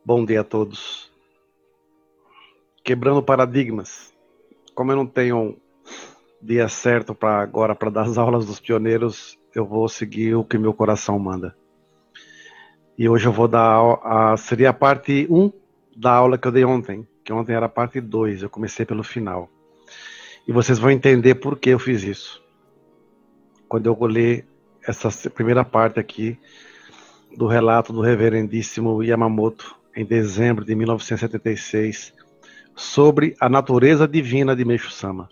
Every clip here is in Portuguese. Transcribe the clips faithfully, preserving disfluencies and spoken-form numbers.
Bom dia a todos. Quebrando paradigmas. Como eu não tenho dia certo para agora para dar as aulas dos pioneiros, eu vou seguir o que meu coração manda. E hoje eu vou dar a, a seria a parte um da aula que eu dei ontem, que ontem era a parte dois, eu comecei pelo final. E vocês vão entender por que eu fiz isso. Quando eu vou ler essa primeira parte aqui do relato do reverendíssimo Yamamoto, em dezembro de mil novecentos e setenta e seis, sobre a natureza divina de Meixo Sama.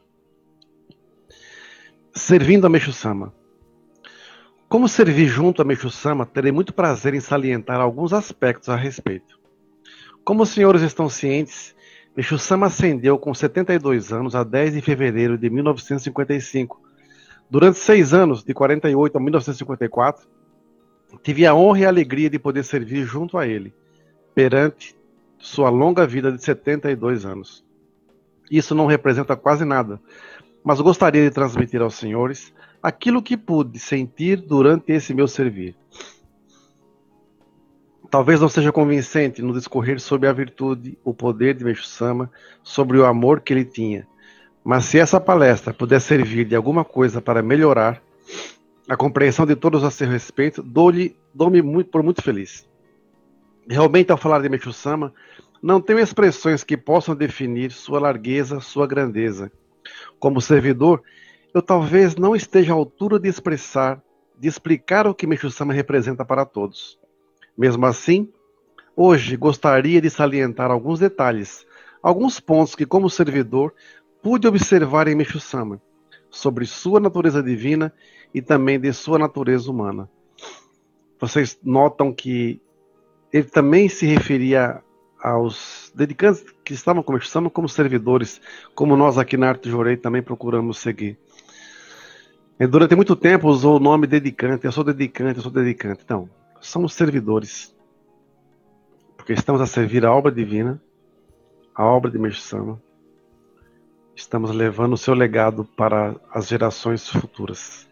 Servindo a Meixo Sama. Como servir junto a Meixo Sama, terei muito prazer em salientar alguns aspectos a respeito. Como os senhores estão cientes, Meixo Sama ascendeu com setenta e dois anos a dez de fevereiro de mil novecentos e cinquenta e cinco. Durante seis anos, de quarenta e oito a mil novecentos e cinquenta e quatro, tive a honra e a alegria de poder servir junto a ele, perante sua longa vida de setenta e dois anos. Isso não representa quase nada, mas gostaria de transmitir aos senhores aquilo que pude sentir durante esse meu servir. Talvez não seja convincente no discorrer sobre a virtude, o poder de Meixo Sama, sobre o amor que ele tinha, mas se essa palestra puder servir de alguma coisa para melhorar a compreensão de todos a seu respeito, dou-lhe, dou-me muito, por muito feliz. Realmente, ao falar de Meixo Sama, não tenho expressões que possam definir sua largueza, sua grandeza. Como servidor, eu talvez não esteja à altura de expressar, de explicar o que Meixo Sama representa para todos. Mesmo assim, hoje gostaria de salientar alguns detalhes, alguns pontos que, como servidor, pude observar em Meixo Sama, sobre sua natureza divina e também de sua natureza humana. Vocês notam que ele também se referia aos dedicantes que estavam com Meixo Sama como servidores, como nós aqui na Arte Jorei também procuramos seguir. E durante muito tempo usou o nome dedicante, eu sou dedicante, eu sou dedicante. Então, somos servidores, porque estamos a servir a obra divina, a obra de Meixo Sama. Estamos levando o seu legado para as gerações futuras.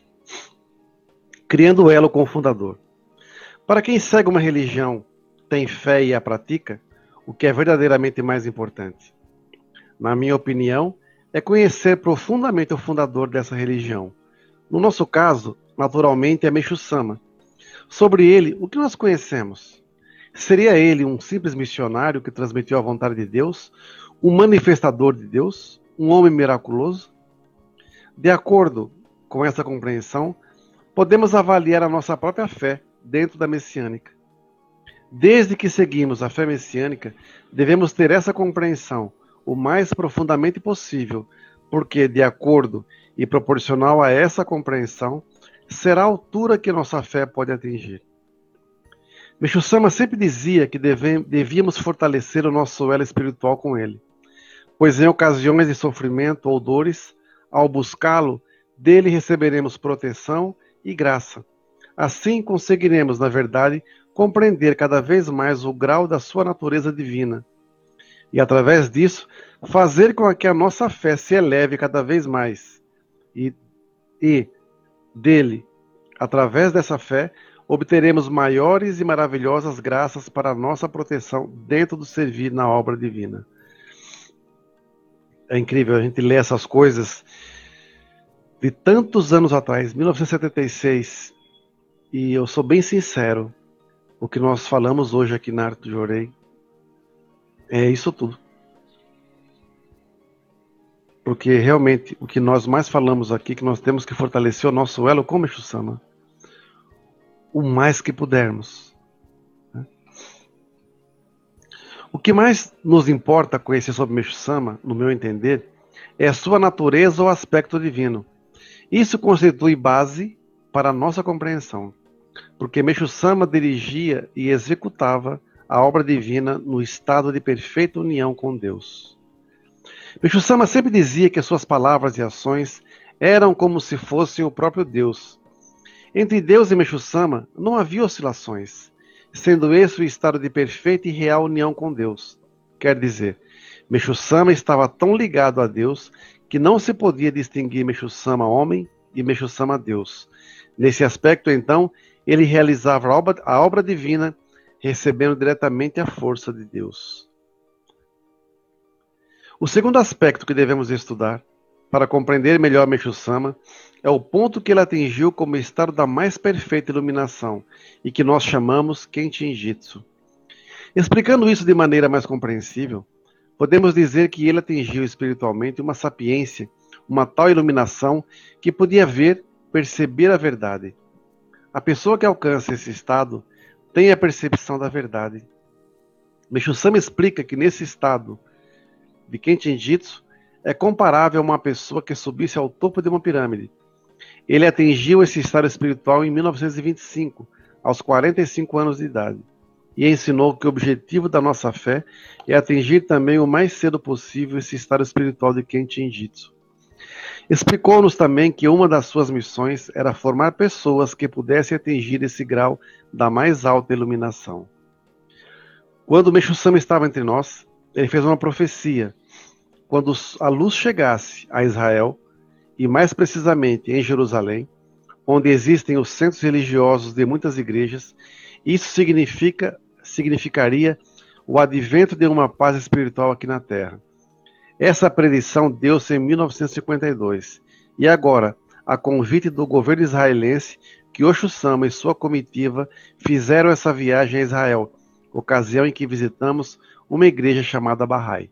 Criando o elo com o fundador. Para quem segue uma religião, tem fé e a pratica, o que é verdadeiramente mais importante, na minha opinião, é conhecer profundamente o fundador dessa religião. No nosso caso, naturalmente, é Meixo Sama. Sobre ele, o que nós conhecemos? Seria ele um simples missionário que transmitiu a vontade de Deus, um manifestador de Deus, um homem miraculoso? De acordo com essa compreensão, podemos avaliar a nossa própria fé dentro da messiânica. Desde que seguimos a fé messiânica, devemos ter essa compreensão o mais profundamente possível, porque, de acordo e proporcional a essa compreensão, será a altura que nossa fé pode atingir. Meixo Sama sempre dizia que deve, devíamos fortalecer o nosso elo espiritual com ele, pois em ocasiões de sofrimento ou dores, ao buscá-lo, dele receberemos proteção e graça. Assim conseguiremos, na verdade, compreender cada vez mais o grau da sua natureza divina. E, através disso, fazer com que a nossa fé se eleve cada vez mais. E, e dele, através dessa fé, obteremos maiores e maravilhosas graças para a nossa proteção dentro do servir na obra divina. É incrível a gente ler essas coisas de tantos anos atrás, mil novecentos e setenta e seis, e eu sou bem sincero, o que nós falamos hoje aqui na Arte Jorei é isso tudo. Porque realmente o que nós mais falamos aqui, que nós temos que fortalecer o nosso elo com Meixo Sama, o mais que pudermos. O que mais nos importa conhecer sobre Meixo Sama, no meu entender, é a sua natureza ou aspecto divino. Isso constitui base para a nossa compreensão, porque Meixo Sama dirigia e executava a obra divina no estado de perfeita união com Deus. Meixo Sama sempre dizia que suas palavras e ações eram como se fossem o próprio Deus. Entre Deus e Meixo Sama não havia oscilações, sendo esse o estado de perfeita e real união com Deus. Quer dizer, Meixo Sama estava tão ligado a Deus que não se podia distinguir Meixo Sama homem e Meixo Sama Deus. Nesse aspecto, então, ele realizava a obra, a obra divina, recebendo diretamente a força de Deus. O segundo aspecto que devemos estudar, para compreender melhor Meixo Sama, é o ponto que ele atingiu como estado da mais perfeita iluminação, e que nós chamamos Kenshin Jitsu. Explicando isso de maneira mais compreensível, podemos dizer que ele atingiu espiritualmente uma sapiência, uma tal iluminação que podia ver, perceber a verdade. A pessoa que alcança esse estado tem a percepção da verdade. Meixo Sama explica que nesse estado de Kenshin Jitsu é comparável a uma pessoa que subisse ao topo de uma pirâmide. Ele atingiu esse estado espiritual em mil novecentos e vinte e cinco, aos quarenta e cinco anos de idade, e ensinou que o objetivo da nossa fé é atingir também o mais cedo possível esse estado espiritual de Kenshin Jitsu. Explicou-nos também que uma das suas missões era formar pessoas que pudessem atingir esse grau da mais alta iluminação. Quando Meixo Sama estava entre nós, ele fez uma profecia. Quando a luz chegasse a Israel, e mais precisamente em Jerusalém, onde existem os centros religiosos de muitas igrejas, isso significa, significaria o advento de uma paz espiritual aqui na Terra. Essa predição deu-se em mil novecentos e cinquenta e dois, e agora, a convite do governo israelense, Kyosho Sama e sua comitiva fizeram essa viagem a Israel, ocasião em que visitamos uma igreja chamada Bahá'í.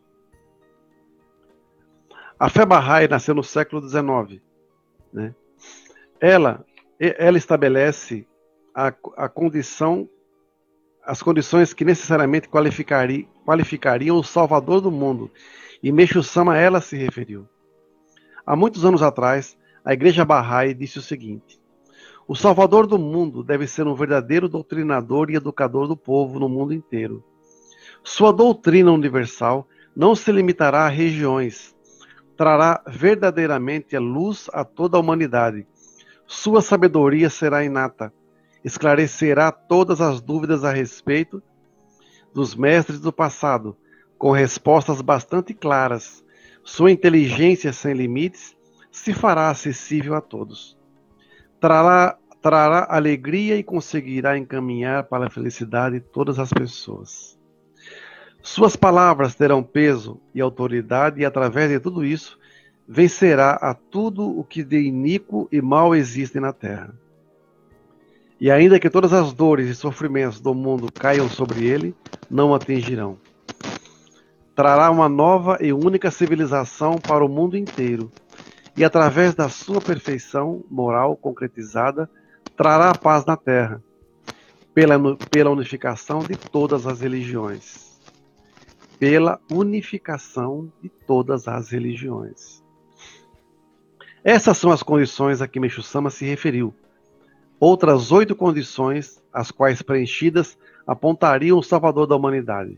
A fé Bahá'í nasceu no século dezenove. Né? Ela, ela estabelece a, a condição, as condições que necessariamente qualificari, qualificariam o Salvador do mundo, e Meixo Sama a ela se referiu. Há muitos anos atrás, a igreja Bahá'í disse o seguinte: o Salvador do mundo deve ser um verdadeiro doutrinador e educador do povo no mundo inteiro. Sua doutrina universal não se limitará a regiões, trará verdadeiramente a luz a toda a humanidade. Sua sabedoria será inata, esclarecerá todas as dúvidas a respeito dos mestres do passado, com respostas bastante claras. Sua inteligência sem limites se fará acessível a todos. Trará, trará alegria e conseguirá encaminhar para a felicidade todas as pessoas. Suas palavras terão peso e autoridade, e através de tudo isso, vencerá a tudo o que de iníquo e mal existe na terra. E ainda que todas as dores e sofrimentos do mundo caiam sobre ele, não o atingirão. Trará uma nova e única civilização para o mundo inteiro, e através da sua perfeição moral concretizada, trará a paz na terra, pela, pela unificação de todas as religiões. Pela unificação de todas as religiões. Essas são as condições a que Meixo Sama se referiu. Outras oito condições, as quais preenchidas, apontariam o Salvador da humanidade.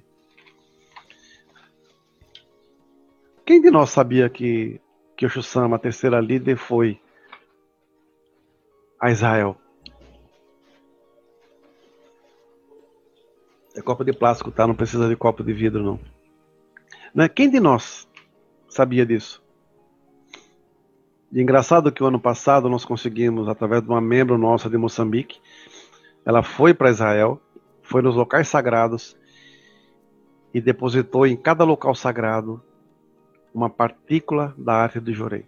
Quem de nós sabia que Kyosho Sama, a terceira líder, foi a Israel? É copo de plástico, tá? Não precisa de copo de vidro, não. Né? Quem de nós sabia disso? E engraçado que o ano passado nós conseguimos, através de uma membro nossa de Moçambique, ela foi para Israel, foi nos locais sagrados e depositou em cada local sagrado uma partícula da arte do Jorei.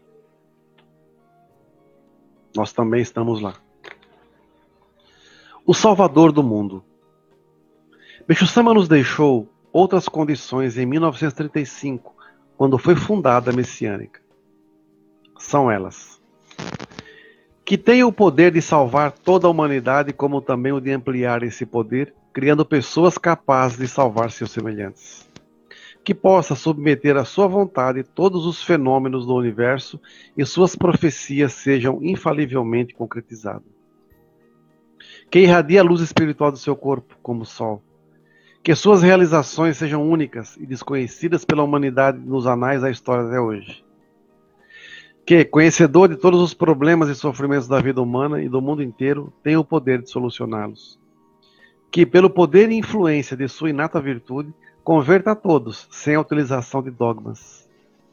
Nós também estamos lá. O Salvador do mundo. Meixo Sama nos deixou outras condições em mil novecentos e trinta e cinco, quando foi fundada a Messiânica. São elas: que tenha o poder de salvar toda a humanidade, como também o de ampliar esse poder, criando pessoas capazes de salvar seus semelhantes. Que possa submeter à sua vontade todos os fenômenos do universo e suas profecias sejam infalivelmente concretizadas. Que irradie a luz espiritual do seu corpo, como o sol. Que suas realizações sejam únicas e desconhecidas pela humanidade nos anais da história até hoje. Que, conhecedor de todos os problemas e sofrimentos da vida humana e do mundo inteiro, tenha o poder de solucioná-los. Que, pelo poder e influência de sua inata virtude, converta a todos, sem a utilização de dogmas.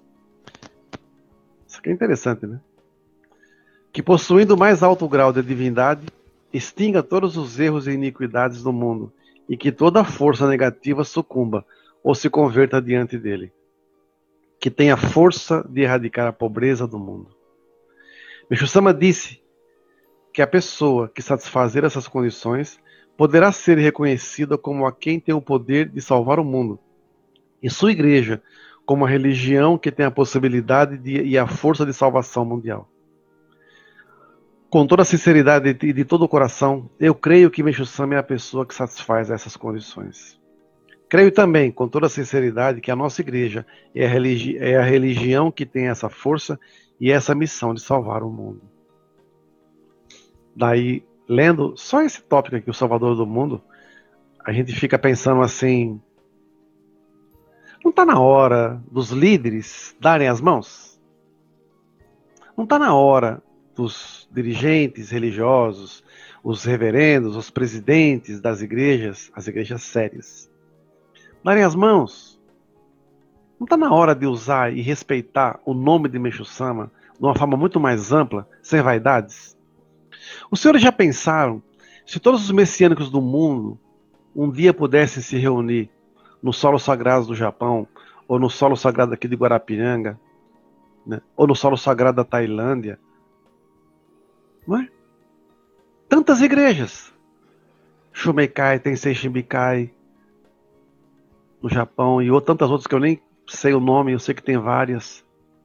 Isso aqui é interessante, né? Que, possuindo o mais alto grau de divindade, extinga todos os erros e iniquidades do mundo, e que toda força negativa sucumba ou se converta diante dele, que tenha força de erradicar a pobreza do mundo. Meixo Sama disse que a pessoa que satisfazer essas condições poderá ser reconhecida como a quem tem o poder de salvar o mundo, e sua igreja como a religião que tem a possibilidade de, e a força de salvação mundial. Com toda a sinceridade e de todo o coração, eu creio que Meixo Sama é a pessoa que satisfaz essas condições. Creio também, com toda a sinceridade, que a nossa igreja é a, religi- é a religião que tem essa força e essa missão de salvar o mundo. Daí, lendo só esse tópico aqui, o Salvador do Mundo, a gente fica pensando assim, não está na hora dos líderes darem as mãos? Não está na hora dos dirigentes religiosos, os reverendos, os presidentes das igrejas, as igrejas sérias, darem as mãos? Não está na hora de usar e respeitar o nome de Meixo Sama de uma forma muito mais ampla, sem vaidades? Os senhores já pensaram se todos os messiânicos do mundo um dia pudessem se reunir no solo sagrado do Japão, ou no solo sagrado aqui de Guarapiranga, né? Ou no solo sagrado da Tailândia? Não é? Tantas igrejas. Shumeikai, Tensei Shimbikai, no Japão, e outras, tantas outras que eu nem sei o nome, eu sei que tem várias.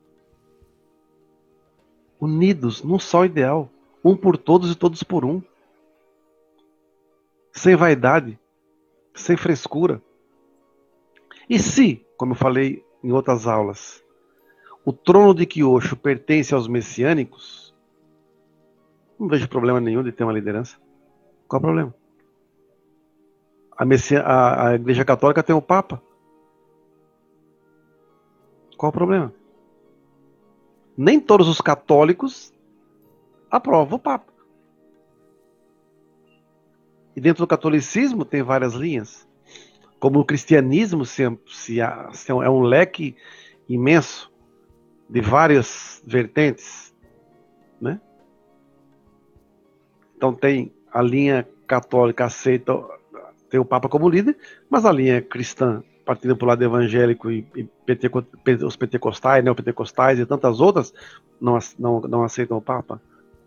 Unidos num só ideal. Um por todos e todos por um. Sem vaidade. Sem frescura. E se, como eu falei em outras aulas, o trono de Kyosho pertence aos messiânicos, não vejo problema nenhum de ter uma liderança. Qual o problema? A, Messi... a, a Igreja Católica tem o Papa. Qual o problema? Nem todos os católicos aprovam o Papa. E dentro do catolicismo tem várias linhas. Como o cristianismo se, se, se é um leque imenso de várias vertentes, né? Então tem a linha católica aceita tem o Papa como líder, mas a linha cristã, partindo para o lado evangélico e, e penteco, os pentecostais, neopentecostais e tantas outras, não, não, não aceitam o Papa.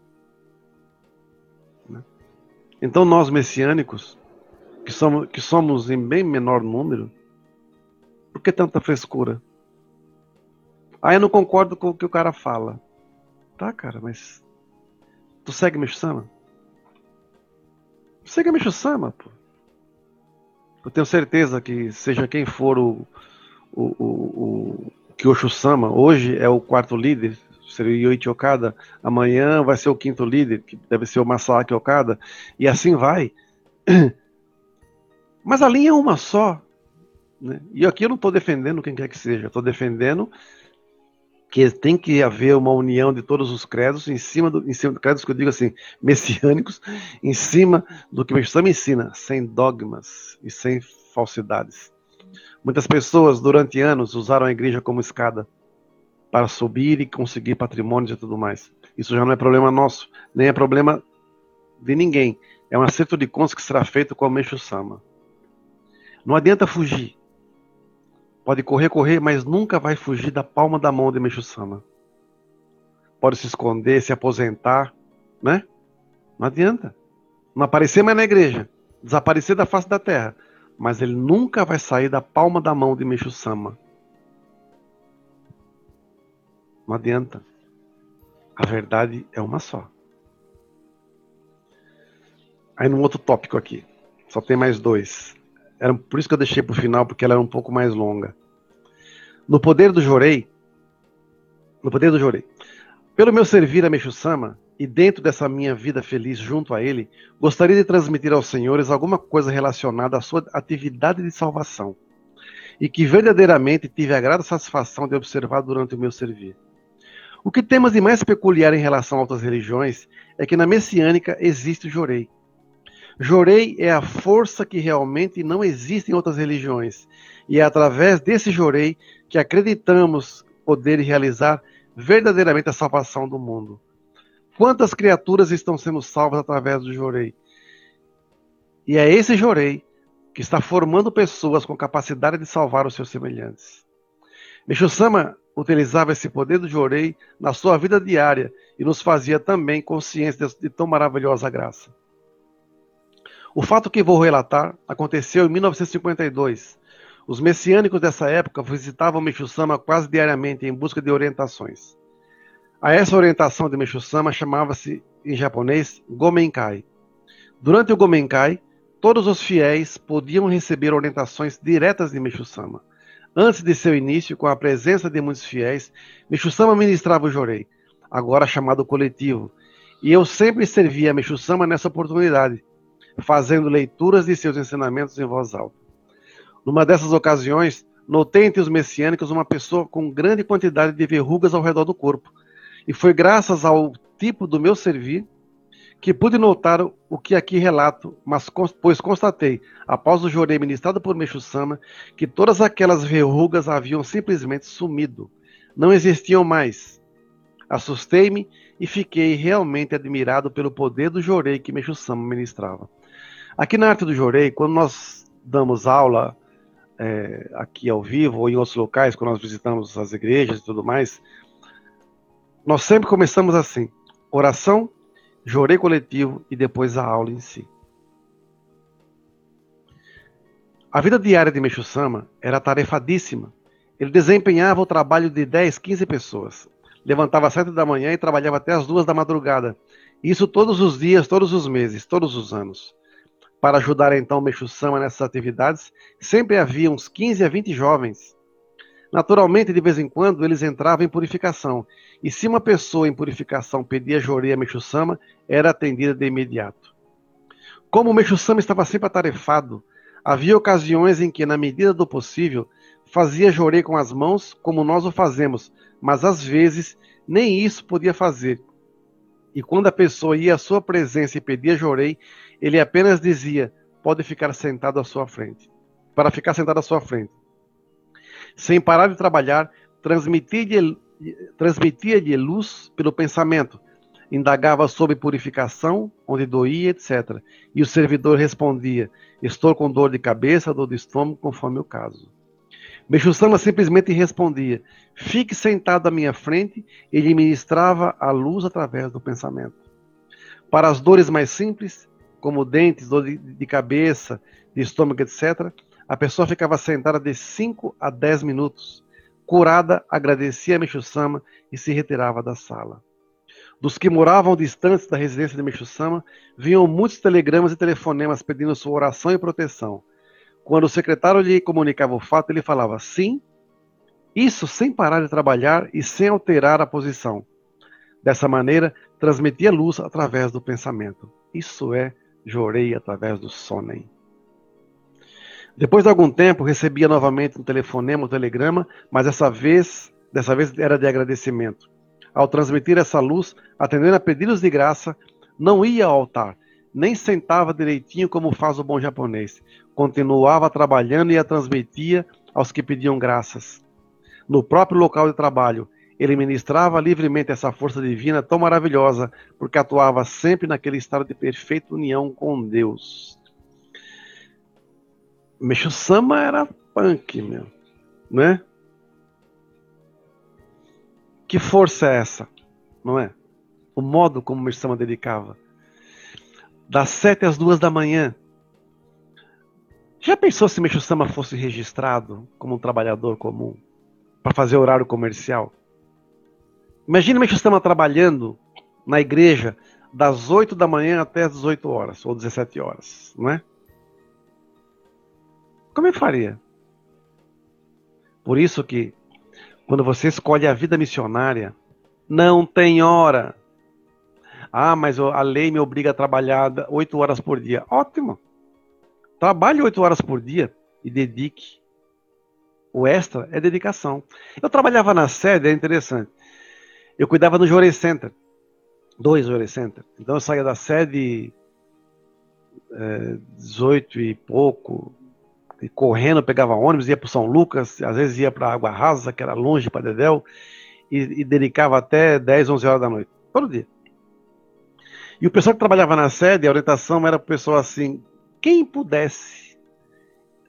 Né? Então nós messiânicos, que somos, que somos em bem menor número, por que tanta frescura? Ah, eu não concordo com o que o cara fala. Tá, cara, mas tu segue Meixo Sama? Segue Meixo Sama, pô. Eu tenho certeza que seja quem for o, o, o, o Kyosho Sama, hoje é o quarto líder, seria o Yoichi Okada, amanhã vai ser o quinto líder, que deve ser o Masaaki Okada, e assim vai. Mas a linha é uma só. Né? E aqui eu não estou defendendo quem quer que seja, estou defendendo que tem que haver uma união de todos os credos em cima do, em cima do credos que eu digo assim, messiânicos, em cima do que o Meixo Sama ensina, sem dogmas e sem falsidades. Muitas pessoas durante anos usaram a igreja como escada para subir e conseguir patrimônios e tudo mais. Isso já não é problema nosso, nem é problema de ninguém. É um acerto de contas que será feito com o Meixo Sama. Não adianta fugir. Pode correr, correr, mas nunca vai fugir da palma da mão de Meixo Sama. Pode se esconder, se aposentar, né? Não adianta. Não aparecer mais na igreja. Desaparecer da face da terra. Mas ele nunca vai sair da palma da mão de Meixo Sama. Não adianta. A verdade é uma só. Aí num outro tópico aqui. Só tem mais dois. Era por isso que eu deixei para o final, porque ela era um pouco mais longa. No poder do Jorei, no poder do Jorei, pelo meu servir a Meixo Sama, e dentro dessa minha vida feliz junto a ele, gostaria de transmitir aos senhores alguma coisa relacionada à sua atividade de salvação, e que verdadeiramente tive a grata satisfação de observar durante o meu servir. O que temos de mais peculiar em relação a outras religiões é que na messiânica existe o Jorei. Jorei é a força que realmente não existe em outras religiões. E é através desse Jorei que acreditamos poder realizar verdadeiramente a salvação do mundo. Quantas criaturas estão sendo salvas através do Jorei? E é esse Jorei que está formando pessoas com capacidade de salvar os seus semelhantes. Meixo Sama utilizava esse poder do Jorei na sua vida diária e nos fazia também conscientes de tão maravilhosa graça. O fato que vou relatar aconteceu em mil novecentos e cinquenta e dois. Os messiânicos dessa época visitavam Meixo Sama quase diariamente em busca de orientações. A essa orientação de Meixo Sama chamava-se, em japonês, Gomenkai. Durante o Gomenkai, todos os fiéis podiam receber orientações diretas de Meixo Sama. Antes de seu início, com a presença de muitos fiéis, Meixo Sama ministrava o Jorei, agora chamado coletivo, e eu sempre servia a Meixo Sama nessa oportunidade, fazendo leituras de seus ensinamentos em voz alta. Numa dessas ocasiões, notei entre os messiânicos uma pessoa com grande quantidade de verrugas ao redor do corpo, e foi graças ao tipo do meu servir que pude notar o que aqui relato, mas pois constatei, após o Jorei ministrado por Meixo Sama, que todas aquelas verrugas haviam simplesmente sumido, não existiam mais. Assustei-me e fiquei realmente admirado pelo poder do Jorei que Meixo Sama ministrava. Aqui na Arte do Jorei, quando nós damos aula é, aqui ao vivo ou em outros locais, quando nós visitamos as igrejas e tudo mais, nós sempre começamos assim: oração, Jorei coletivo e depois a aula em si. A vida diária de Meixo Sama era tarefadíssima. Ele desempenhava o trabalho de dez, quinze pessoas. Levantava às sete da manhã e trabalhava até as duas da madrugada. Isso todos os dias, todos os meses, todos os anos. Para ajudar então Meixo Sama nessas atividades, sempre havia uns quinze a vinte jovens. Naturalmente, de vez em quando, eles entravam em purificação, e se uma pessoa em purificação pedia Jorei a Meixo Sama, era atendida de imediato. Como o Meixo Sama estava sempre atarefado, havia ocasiões em que, na medida do possível, fazia Jorei com as mãos, como nós o fazemos, mas às vezes nem isso podia fazer. E quando a pessoa ia à sua presença e pedia Jorei, ele apenas dizia: pode ficar sentado à sua frente, para ficar sentado à sua frente. Sem parar de trabalhar, transmitia-lhe transmitia luz pelo pensamento, indagava sobre purificação, onde doía, etcétera. E o servidor respondia: estou com dor de cabeça, dor de estômago, conforme o caso. Meixo Sama simplesmente respondia: fique sentado à minha frente, e lhe ministrava a luz através do pensamento. Para as dores mais simples, como dentes, dor de, de cabeça, de estômago, etcétera, a pessoa ficava sentada de cinco a dez minutos. Curada, agradecia a Meixo Sama e se retirava da sala. Dos que moravam distantes da residência de Meixo Sama, vinham muitos telegramas e telefonemas pedindo sua oração e proteção. Quando o secretário lhe comunicava o fato, ele falava sim, isso sem parar de trabalhar e sem alterar a posição. Dessa maneira, transmitia luz através do pensamento. Isso é Jorei através do Sonen. Depois de algum tempo, recebia novamente um telefonema, um telegrama, mas dessa vez, dessa vez era de agradecimento. Ao transmitir essa luz, atendendo a pedidos de graça, não ia ao altar, nem sentava direitinho como faz o bom japonês. Continuava trabalhando e a transmitia aos que pediam graças. No próprio local de trabalho, ele ministrava livremente essa força divina tão maravilhosa, porque atuava sempre naquele estado de perfeita união com Deus. Meixo Sama era punk, meu, né? Que força é essa, não é? O modo como Meixo Sama dedicava. Das sete às duas da manhã. Já pensou se Meixo Sama fosse registrado como um trabalhador comum para fazer horário comercial? Imagina Meixo Sama trabalhando na igreja das oito da manhã até as dezoito horas ou dezessete horas, não é? Como é que faria? Por isso que, quando você escolhe a vida missionária, não tem hora. Ah, mas a lei me obriga a trabalhar oito horas por dia. Ótimo. Trabalhe oito horas por dia e dedique. O extra é dedicação. Eu trabalhava na sede, é interessante. Eu cuidava no Jorei Center. Dois Jorei Center. Então eu saía da sede é, dezoito e pouco, e correndo, pegava ônibus, ia para São Lucas, às vezes ia para Água Rasa, que era longe para Dedéu, e, e dedicava até dez, onze horas da noite, todo dia. E o pessoal que trabalhava na sede, a orientação era para o pessoal assim: quem pudesse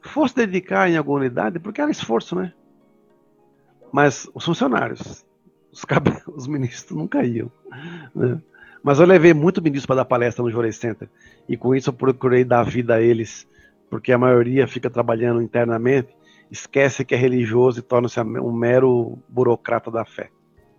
fosse dedicar em alguma unidade, porque era esforço, né? Mas os funcionários, os, cab... os ministros nunca iam, né? Mas eu levei muito ministro para dar palestra no Juarez Center, e com isso eu procurei dar vida a eles, porque a maioria fica trabalhando internamente, esquece que é religioso e torna-se um mero burocrata da fé.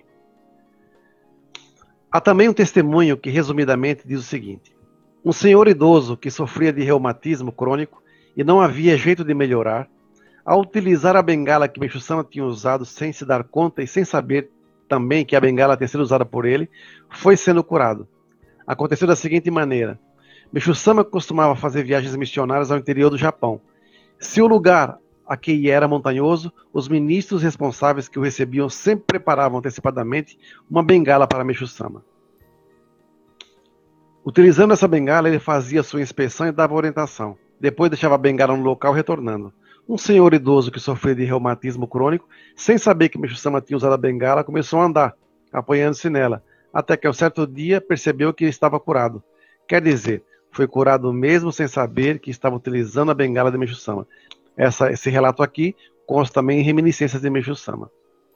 Há também um testemunho que, resumidamente, diz o seguinte: um senhor idoso que sofria de reumatismo crônico e não havia jeito de melhorar, ao utilizar a bengala que Meixo Sama tinha usado sem se dar conta e sem saber também que a bengala tinha sido usada por ele, foi sendo curado. Aconteceu da seguinte maneira: Meixo Sama costumava fazer viagens missionárias ao interior do Japão. Se o lugar a que ia era montanhoso, os ministros responsáveis que o recebiam sempre preparavam antecipadamente uma bengala para Meixo Sama. Utilizando essa bengala, ele fazia sua inspeção e dava orientação. Depois deixava a bengala no local, retornando. Um senhor idoso que sofria de reumatismo crônico, sem saber que Meixo Sama tinha usado a bengala, começou a andar, apoiando-se nela, até que, um certo dia, percebeu que estava curado. Quer dizer, foi curado mesmo sem saber que estava utilizando a bengala de Meixo Sama. Essa, esse relato aqui consta também em reminiscências de Meixo Sama.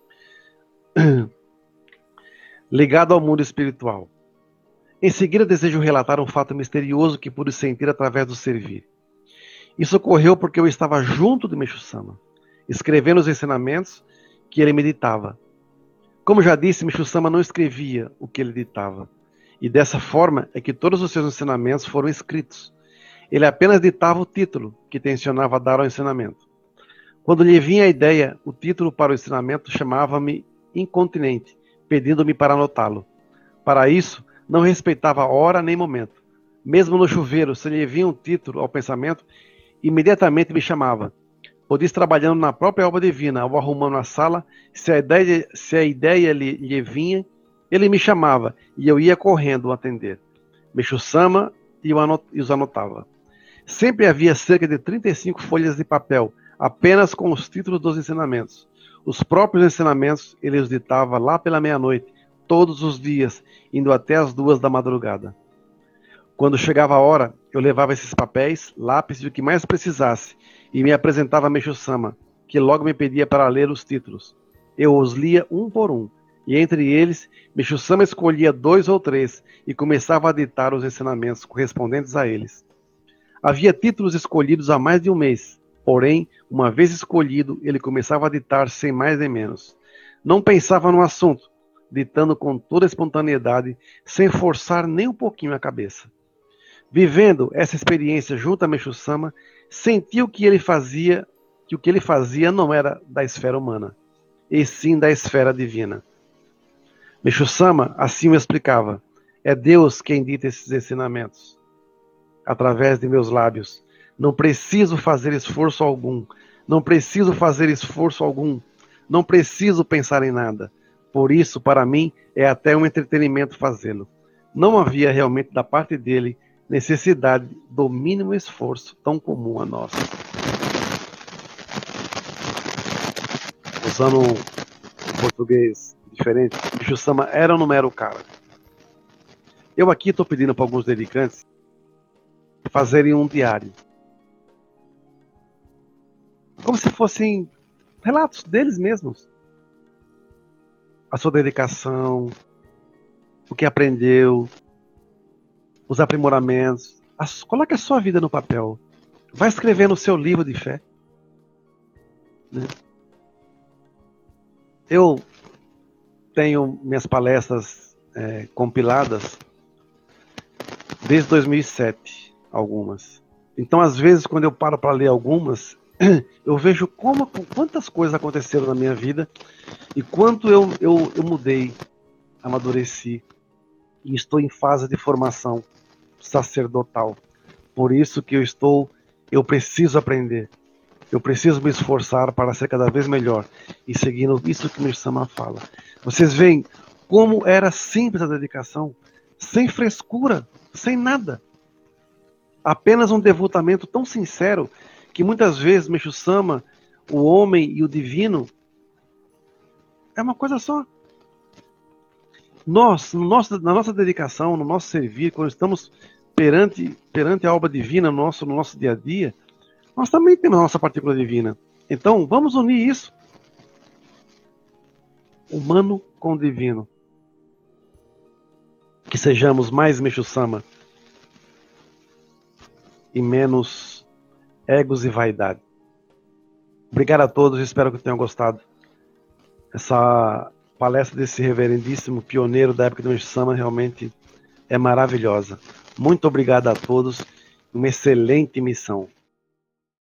Ligado ao mundo espiritual. Em seguida, desejo relatar um fato misterioso que pude sentir através do servir. Isso ocorreu porque eu estava junto de Meixo Sama, escrevendo os ensinamentos que ele meditava. Como já disse, Meixo Sama não escrevia o que ele ditava. E dessa forma é que todos os seus ensinamentos foram escritos. Ele apenas ditava o título que tensionava dar ao ensinamento. Quando lhe vinha a ideia, o título para o ensinamento chamava-me incontinente, pedindo-me para anotá-lo. Para isso, não respeitava hora nem momento. Mesmo no chuveiro, se lhe vinha um título ao pensamento, imediatamente me chamava. Podia estar trabalhando na própria obra divina, ou arrumando a sala, se a ideia, se a ideia lhe, lhe vinha, ele me chamava, e eu ia correndo atender. Meixo Sama e os anotava. Sempre havia cerca de trinta e cinco folhas de papel, apenas com os títulos dos ensinamentos. Os próprios ensinamentos ele os ditava lá pela meia-noite, todos os dias, indo até as duas da madrugada. Quando chegava a hora, eu levava esses papéis, lápis e o que mais precisasse, e me apresentava a Meixo Sama, que logo me pedia para ler os títulos. Eu os lia um por um, e entre eles, Meixo Sama escolhia dois ou três, e começava a ditar os ensinamentos correspondentes a eles. Havia títulos escolhidos há mais de um mês, porém, uma vez escolhido, ele começava a ditar sem mais nem menos. Não pensava no assunto, ditando com toda a espontaneidade, sem forçar nem um pouquinho a cabeça. Vivendo essa experiência junto a Meixo Sama, sentiu que ele fazia, que o que ele fazia não era da esfera humana, e sim da esfera divina. Meixo Sama assim me explicava: é Deus quem dita esses ensinamentos através de meus lábios. Não preciso fazer esforço algum. Não preciso fazer esforço algum. Não preciso pensar em nada. Por isso, para mim, é até um entretenimento fazê-lo. Não havia realmente da parte dele necessidade do mínimo esforço tão comum a nós. Usando um português diferente, Meixo Sama era um numero cara. Eu aqui estou pedindo para alguns dedicantes fazerem um diário. Como se fossem relatos deles mesmos. A sua dedicação, o que aprendeu, os aprimoramentos. As, coloque a sua vida no papel. Vai escrever no seu livro de fé. Né? Eu tenho minhas palestras é, compiladas desde dois mil e sete. Algumas. Então, às vezes, quando eu paro para ler algumas, eu vejo como, quantas coisas aconteceram na minha vida e quanto eu, eu, eu mudei, amadureci e estou em fase de formação sacerdotal. Por isso que eu estou, eu preciso aprender, eu preciso me esforçar para ser cada vez melhor e seguindo isso que Meixo Sama fala. Vocês veem como era simples a dedicação, sem frescura, sem nada. Apenas um devotamento tão sincero que muitas vezes Meixo Sama, o homem e o divino, é uma coisa só. Nós, no nosso, na nossa dedicação, no nosso servir, quando estamos perante, perante a obra divina no nosso, no nosso dia a dia, nós também temos a nossa partícula divina. Então, vamos unir isso. Humano com divino. Que sejamos mais Meixo-sama e menos egos e vaidade. Obrigado a todos, espero que tenham gostado. Essa palestra desse reverendíssimo pioneiro da época do Meixo-sama realmente é maravilhosa. Muito obrigado a todos, uma excelente missão.